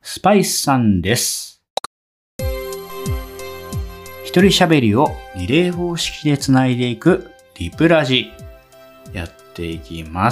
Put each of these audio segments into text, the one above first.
スパイスさんです。一人喋りをリレー方式でつないでいくリプラジやっていきます。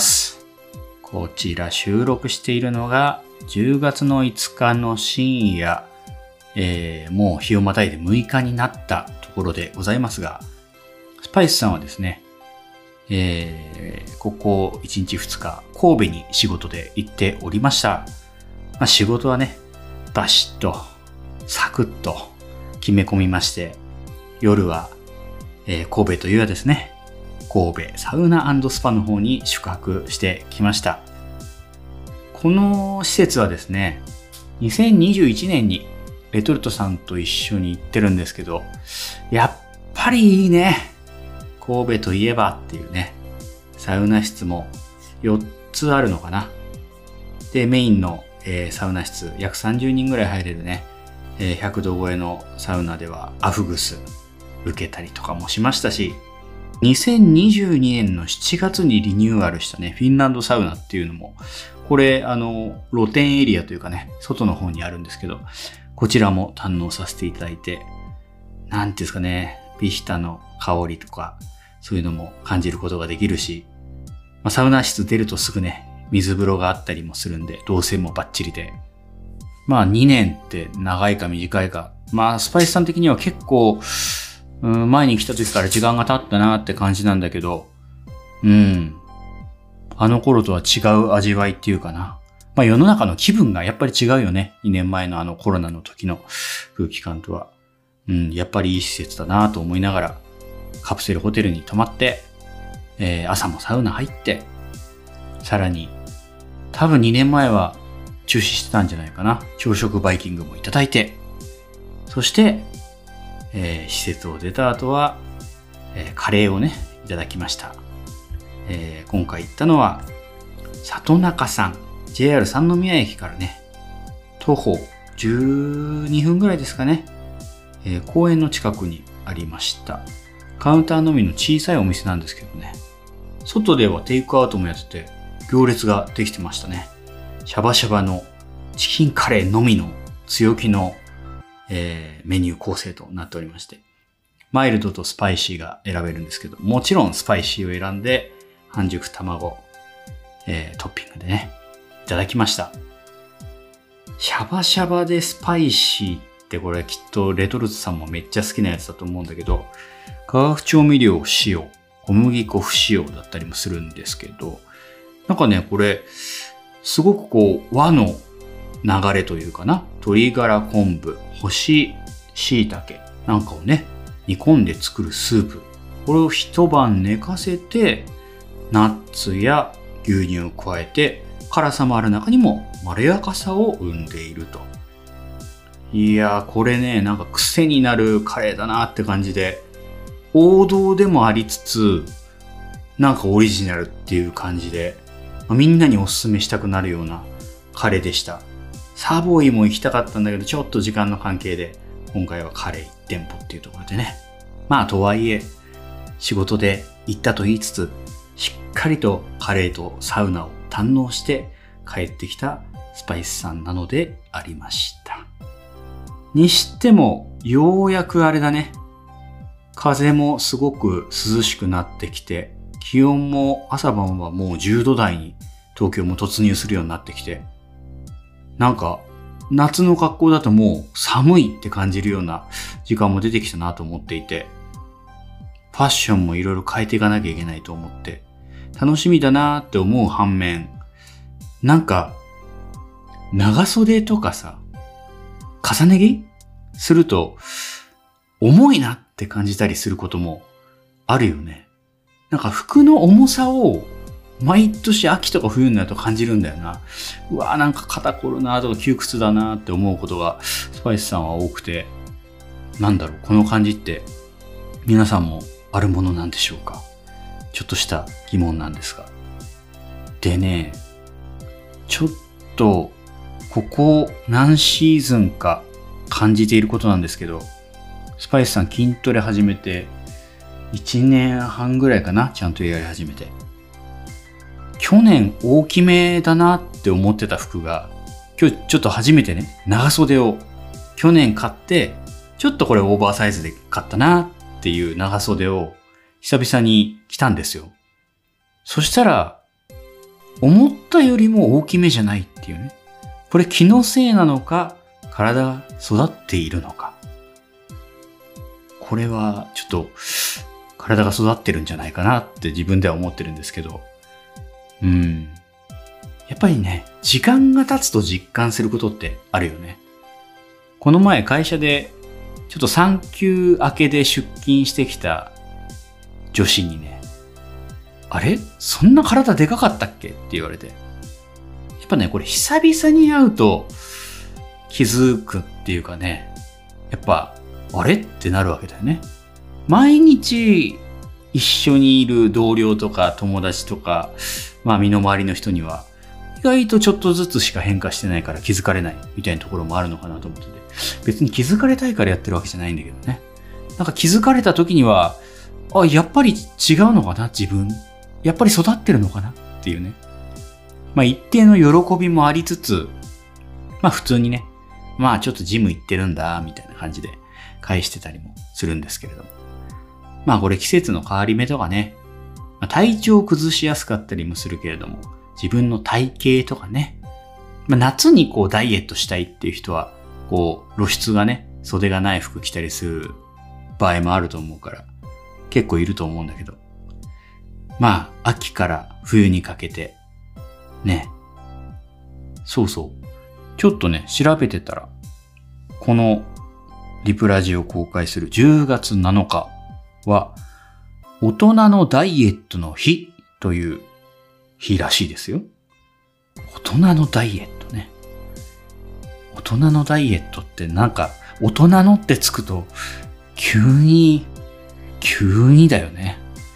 こちら収録しているのが10月の5日の深夜、もう日をまたいで6日になったところでございますが、スパイスさんはですね、ここ1日2日神戸に仕事で行っておりました。仕事はね、バシッとサクッと決め込みまして、夜は、神戸というはですね、神戸サウナ&スパの方に宿泊してきました。この施設はですね、2021年にレトルトさんと一緒に行ってるんですけど、やっぱりいいね。神戸といえばっていうね、サウナ室も4つあるのかな。で、メインの、サウナ室、約30人ぐらい入れるね、100度超えのサウナではアフグス受けたりとかもしましたし、2022年の7月にリニューアルしたね、フィンランドサウナっていうのも、これ、露天エリアというかね、外の方にあるんですけど、こちらも堪能させていただいて、なんていうんですかね、ピヒタの香りとか、そういうのも感じることができるし、サウナ室出るとすぐね、水風呂があったりもするんで、動線もバッチリで。2年って長いか短いか。スパイスさん的には結構、前に来た時から時間が経ったなって感じなんだけど、あの頃とは違う味わいっていうかな。世の中の気分がやっぱり違うよね。2年前のコロナの時の空気感とは。やっぱりいい施設だなと思いながら、カプセルホテルに泊まって、朝もサウナ入って、さらに、多分2年前は中止してたんじゃないかな。朝食バイキングもいただいて、そして、施設を出た後は、カレーをね、いただきました。今回行ったのは、里中さん、JR 三宮駅からね、徒歩12分ぐらいですかね、公園の近くにありました。カウンターのみの小さいお店なんですけどね、外ではテイクアウトもやってて、行列ができてましたね。シャバシャバのチキンカレーのみの強気の、メニュー構成となっておりまして、マイルドとスパイシーが選べるんですけど、もちろんスパイシーを選んで、半熟卵、トッピングでね、いただきました。シャバシャバでスパイシーってこれきっとレトルトさんもめっちゃ好きなやつだと思うんだけど、化学調味料使用、小麦粉不使用だったりもするんですけど、なんかね、これ、すごく和の流れというかな、鶏ガラ昆布、干し椎茸なんかをね、煮込んで作るスープ。これを一晩寝かせて、ナッツや牛乳を加えて、辛さもある中にもまろやかさを生んでいると。いやー、これね、なんか癖になるカレーだなって感じで、王道でもありつつ、なんかオリジナルっていう感じで、みんなにおすすめしたくなるようなカレーでした。サボイも行きたかったんだけど、ちょっと時間の関係で、今回はカレー1店舗っていうところでね。とはいえ、仕事で行ったと言いつつ、しっかりとカレーとサウナを堪能して帰ってきたスパイスさんなのでありました。にしても、ようやくあれだね。風もすごく涼しくなってきて、気温も朝晩はもう10度台に東京も突入するようになってきて、なんか夏の格好だともう寒いって感じるような時間も出てきたなと思っていて、ファッションもいろいろ変えていかなきゃいけないと思って楽しみだなって思う反面、なんか長袖とかさ、重ね着すると重いなって感じたりすることもあるよね。なんか服の重さを毎年秋とか冬になると感じるんだよな。うわー、なんか肩こるなとか窮屈だなって思うことがスパイスさんは多くて、この感じって皆さんもあるものなんでしょうか。ちょっとした疑問なんですが。でね、ちょっとここ何シーズンか感じていることなんですけど、スパイスさん筋トレ始めて1年半ぐらいかな、ちゃんとやり始めて。去年大きめだなって思ってた服が、 今日ちょっと初めてね、長袖を去年買って、ちょっとこれオーバーサイズで買ったなっていう長袖を久々に着たんですよ。そしたら、思ったよりも大きめじゃないっていうね。これ気のせいなのか、体が育っているのか。これはちょっと体が育ってるんじゃないかなって自分では思ってるんですけど。やっぱりね、時間が経つと実感することってあるよね。この前会社でちょっと産休明けで出勤してきた女子にね、あれそんな体でかかったっけって言われて。やっぱね、これ久々に会うと気づくっていうかね、やっぱ、あれってなるわけだよね。毎日一緒にいる同僚とか友達とか、身の回りの人には、意外とちょっとずつしか変化してないから気づかれないみたいなところもあるのかなと思ってて。別に気づかれたいからやってるわけじゃないんだけどね。なんか気づかれた時には、やっぱり違うのかな自分。やっぱり育ってるのかなっていうね。一定の喜びもありつつ、普通にね、ちょっとジム行ってるんだ、みたいな感じで返してたりもするんですけれども。これ季節の変わり目とかね、体調を崩しやすかったりもするけれども、自分の体型とかね、夏にこうダイエットしたいっていう人は、こう露出がね、袖がない服着たりする場合もあると思うから、結構いると思うんだけど。秋から冬にかけて、ね。そうそう。ちょっとね、調べてたら、このリプラジを公開する10月7日は、大人のダイエットの日という日らしいですよ。大人のダイエットね。大人のダイエットってなんか、大人のってつくと、急にだよね。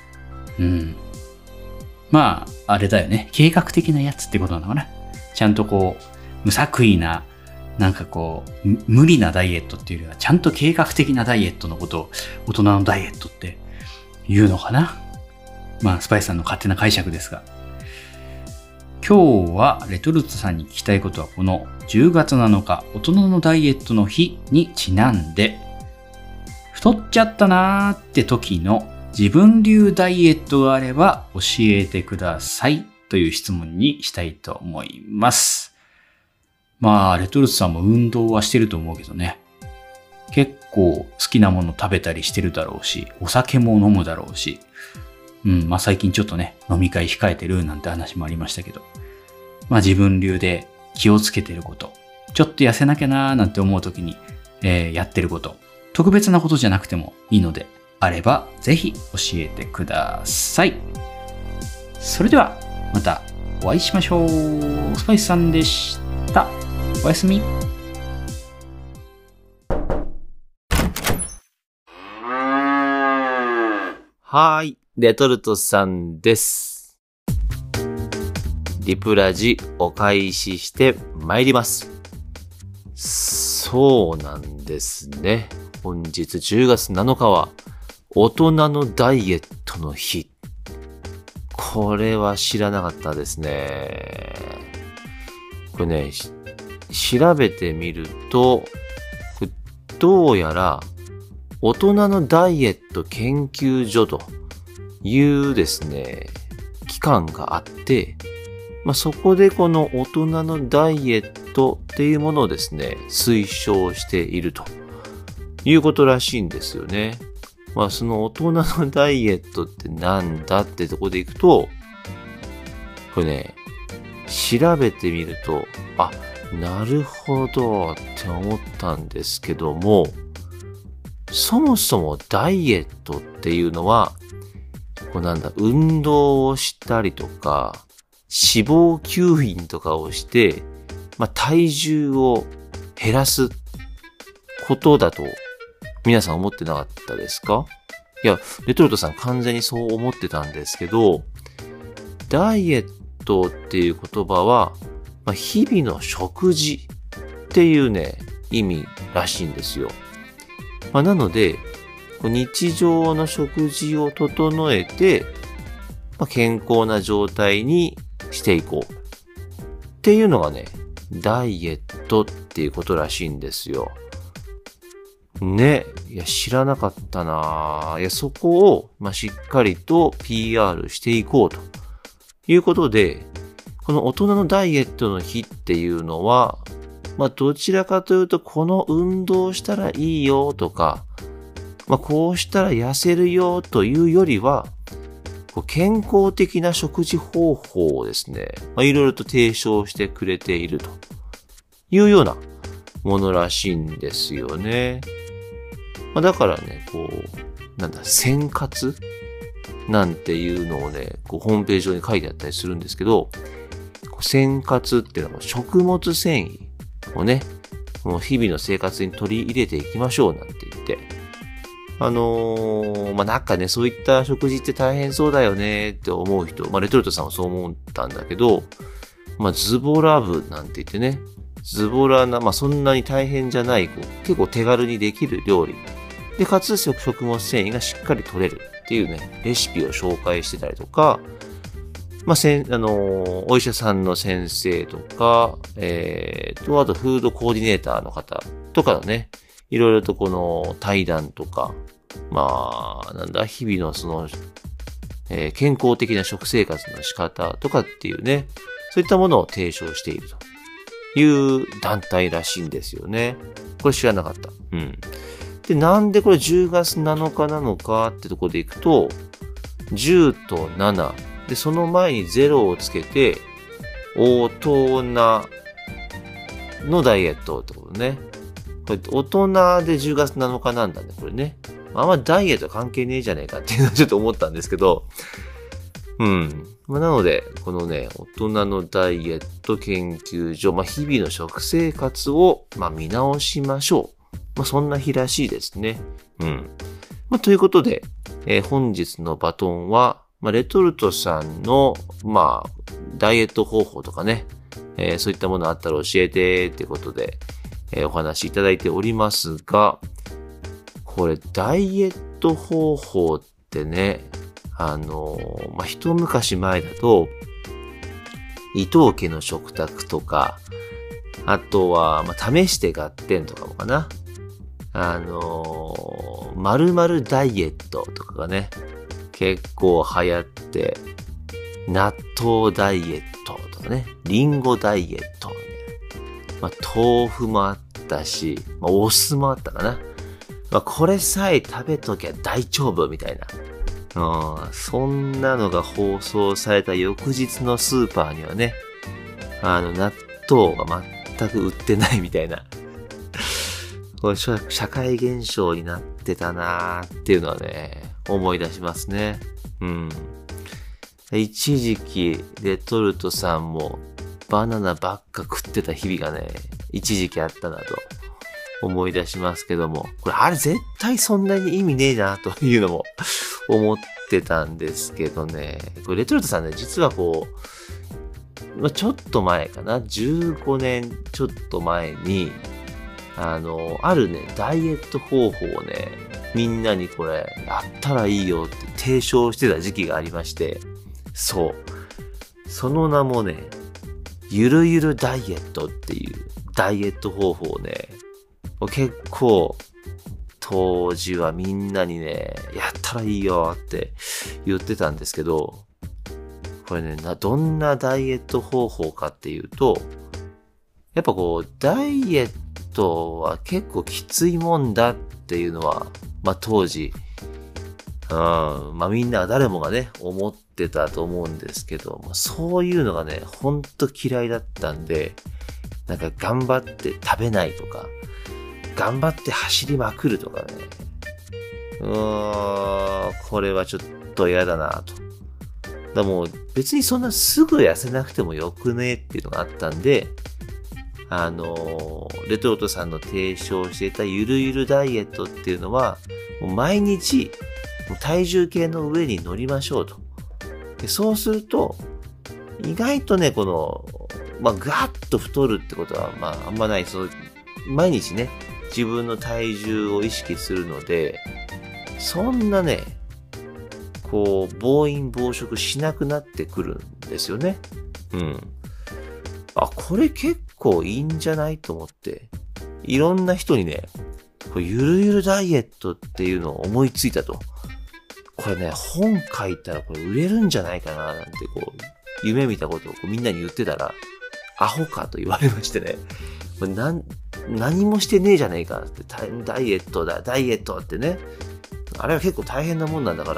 あれだよね。計画的なやつってことなのかな。ちゃんとこう、無作為な、なんかこう、無理なダイエットっていうよりは、ちゃんと計画的なダイエットのことを、大人のダイエットって言うのかな。スパイスさんの勝手な解釈ですが。今日はレトルトさんに聞きたいことは、この10月7日、大人のダイエットの日にちなんで、太っちゃったなーって時の自分流ダイエットがあれば教えてくださいという質問にしたいと思います。レトルトさんも運動はしてると思うけどね。結構好きなもの食べたりしてるだろうし、お酒も飲むだろうし、最近ちょっとね、飲み会控えてるなんて話もありましたけど、自分流で気をつけてること、ちょっと痩せなきゃなーなんて思う時に、やってること、特別なことじゃなくてもいいので、あればぜひ教えてください。それではまたお会いしましょう。スパイスさんでした。おやすみ。 はーい、レトルトさんです。リプラジお開始してまいります。そうなんですね。本日10月7日は大人のダイエットの日。これは知らなかったですね。これね、調べてみると、どうやら大人のダイエット研究所というですね、機関があって、そこでこの大人のダイエットっていうものをですね、推奨しているということらしいんですよね。その大人のダイエットってなんだってとこでいくと、これね、調べてみると、なるほどって思ったんですけども、そもそもダイエットっていうのは、運動をしたりとか、脂肪吸引とかをして、体重を減らすことだと皆さん思ってなかったですか？いや、レトルトさん完全にそう思ってたんですけど、ダイエットっていう言葉は、日々の食事っていうね、意味らしいんですよ。なので、日常の食事を整えて、健康な状態にしていこうっていうのがね、 ダイエットっていうことらしいんですよ。ね。いや、知らなかったな。いや、そこを、しっかりと PR していこうということで、この大人のダイエットの日っていうのは、どちらかというと、この運動したらいいよとか、こうしたら痩せるよというよりは、健康的な食事方法をですね、いろいろと提唱してくれているというようなものらしいんですよね。だからね、選活なんていうのをね、ホームページ上に書いてあったりするんですけど、選活っていうのは食物繊維をね、もう日々の生活に取り入れていきましょうなんて言って、なんかね、そういった食事って大変そうだよねって思う人、レトルトさんもそう思ったんだけど、ズボラブなんて言ってね、ズボラな、そんなに大変じゃない、結構手軽にできる料理。で、かつ食物繊維がしっかり取れるっていうね、レシピを紹介してたりとか、お医者さんの先生とか、あとフードコーディネーターの方とかのね、いろいろとこの対談とか、日々の健康的な食生活の仕方とかっていうね、そういったものを提唱しているという団体らしいんですよね。これ知らなかった。うん。で、なんでこれ10月7日なのかってところでいくと、10と7、で、その前に0をつけて、大人のダイエットってことね。これ大人で10月7日なんだね、これね。あんまダイエット関係ねえじゃねえかっていうのはちょっと思ったんですけど、なので、このね、大人のダイエット研究所、日々の食生活を、見直しましょう。そんな日らしいですね。ということで、本日のバトンは、レトルトさんの、ダイエット方法とかね、そういったものあったら教えてってことで、お話しいただいておりますが、これ、ダイエット方法ってね、一昔前だと、伊藤家の食卓とか、あとは、試して合点とかもかな。〇〇ダイエットとかがね、結構流行って、納豆ダイエットとかね、リンゴダイエット、豆腐もあったし、お酢もあったかな。これさえ食べときゃ大丈夫みたいな。そんなのが放送された翌日のスーパーにはね、納豆が全く売ってないみたいな。これ社会現象になってたなーっていうのはね、思い出しますね。一時期、レトルトさんもバナナばっか食ってた日々がね、一時期あったなと思い出しますけども、これあれ絶対そんなに意味ねえなというのも思ってたんですけどね、これレトルトさんね、実はちょっと前かな、15年ちょっと前に、あるね、ダイエット方法をね、みんなにこれ、やったらいいよって提唱してた時期がありまして、そう。その名もね、ゆるゆるダイエットっていうダイエット方法をね、結構、当時はみんなにね、やったらいいよって言ってたんですけど、これね、どんなダイエット方法かっていうと、やっぱダイエットは結構きついもんだっていうのは、当時、みんな誰もがね、思ってたと思うんですけど、そういうのがね、ほんと嫌いだったんで、なんか頑張って食べないとか、頑張って走りまくるとかね。これはちょっと嫌だなと。もう別にそんなすぐ痩せなくてもよくねっていうのがあったんで、レトルトさんの提唱していたゆるゆるダイエットっていうのは、もう毎日体重計の上に乗りましょうと。でそうすると、意外とね、ガーッと太るってことは、あんまない。毎日ね、自分の体重を意識するので、そんなね、暴飲暴食しなくなってくるんですよね。これ結構いいんじゃないと思って、いろんな人にね、ゆるゆるダイエットっていうのを思いついたと。これね、本書いたらこれ売れるんじゃないかななんて夢見たことをみんなに言ってたら、アホかと言われましてね。何もしてねえじゃねえかって、ダイエットってね。あれは結構大変なもんなんだから、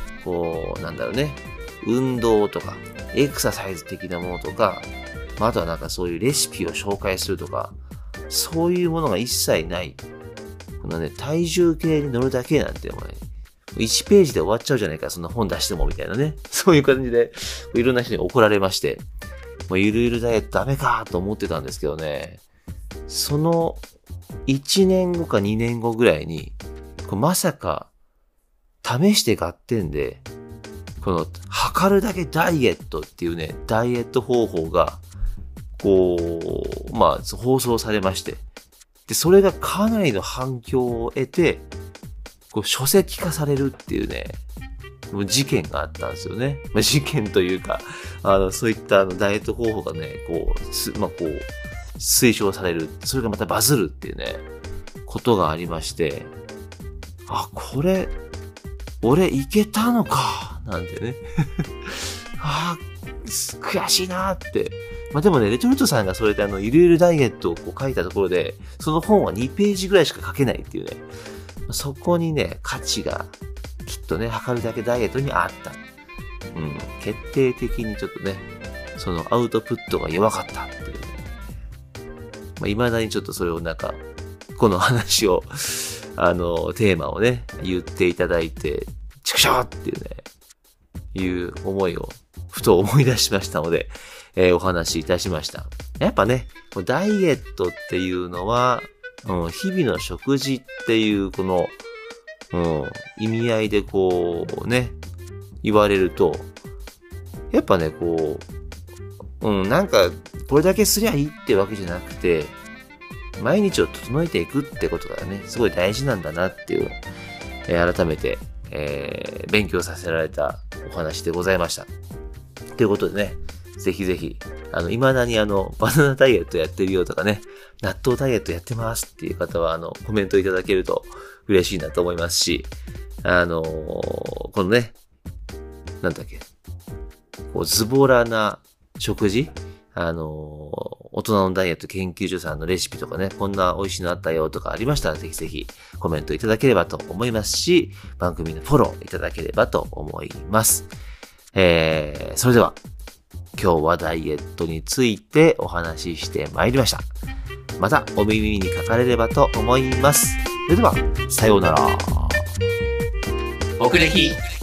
運動とか、エクササイズ的なものとか、あとはなんかそういうレシピを紹介するとか、そういうものが一切ない。このね、体重計に乗るだけなんて、1ページで終わっちゃうじゃないか、そんな本出してもみたいなね。そういう感じで、いろんな人に怒られまして、ゆるゆるダイエットダメかと思ってたんですけどね、その1年後か2年後ぐらいに、まさか試して合点で、この測るだけダイエットっていうね、ダイエット方法が、放送されまして、で、それがかなりの反響を得て、書籍化されるっていうね、もう事件があったんですよね。事件というか、そういったダイエット方法がね、推奨される。それがまたバズるっていうね、ことがありまして、これ、俺いけたのか、なんてね。悔しいなって。でもね、レトルトさんがそれでゆるゆるダイエットを書いたところで、その本は2ページぐらいしか書けないっていうね。そこにね、価値がきっとね、測るだけダイエットにあった。決定的にちょっとね、そのアウトプットが弱かったっていうね。未だにちょっとそれをこの話を、テーマをね、言っていただいて、チクショーっていうね、いう思いをふと思い出しましたので、お話しいたしました。やっぱね、ダイエットっていうのは、日々の食事っていう意味合いで言われると、やっぱね、これだけすりゃいいってわけじゃなくて、毎日を整えていくってことがね、すごい大事なんだなっていう、改めて、勉強させられたお話でございました。ということでね、ぜひぜひ、未だにバナナダイエットやってるよとかね、納豆ダイエットやってますっていう方は、コメントいただけると嬉しいなと思いますし、このね、ズボラな食事、大人のダイエット研究所さんのレシピとかね、こんな美味しいのあったよとかありましたら、ぜひぜひコメントいただければと思いますし、番組のフォローいただければと思います。それでは、今日はダイエットについてお話ししてまいりました。またお耳にかかれればと思います。それでは、さようなら。 僕歴